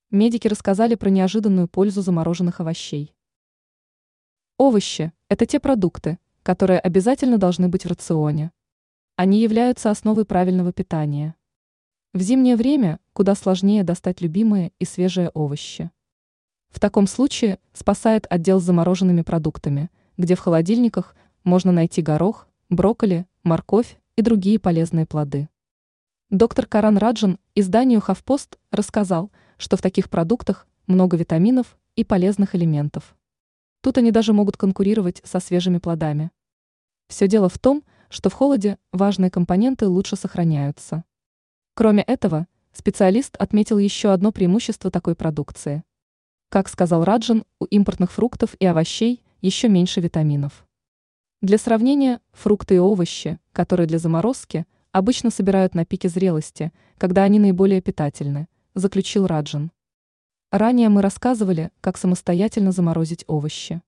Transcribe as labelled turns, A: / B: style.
A: Медики рассказали про неожиданную пользу замороженных овощей. Овощи – это те продукты, которые обязательно должны быть в рационе. Они являются основой правильного питания. В зимнее время куда сложнее достать любимые и свежие овощи. В таком случае спасает отдел с замороженными продуктами, где в холодильниках можно найти горох, брокколи, морковь и другие полезные плоды. Доктор Каран Раджан изданию HuffPost рассказал, что в таких продуктах много витаминов и полезных элементов. Тут они даже могут конкурировать со свежими плодами. Все дело в том, что в холоде важные компоненты лучше сохраняются. Кроме этого, специалист отметил еще одно преимущество такой продукции. Как сказал Раджан, у импортных фруктов и овощей еще меньше витаминов. Для сравнения, фрукты и овощи, которые для заморозки, обычно собирают на пике зрелости, когда они наиболее питательны, заключил Раджан. Ранее мы рассказывали, как самостоятельно заморозить овощи.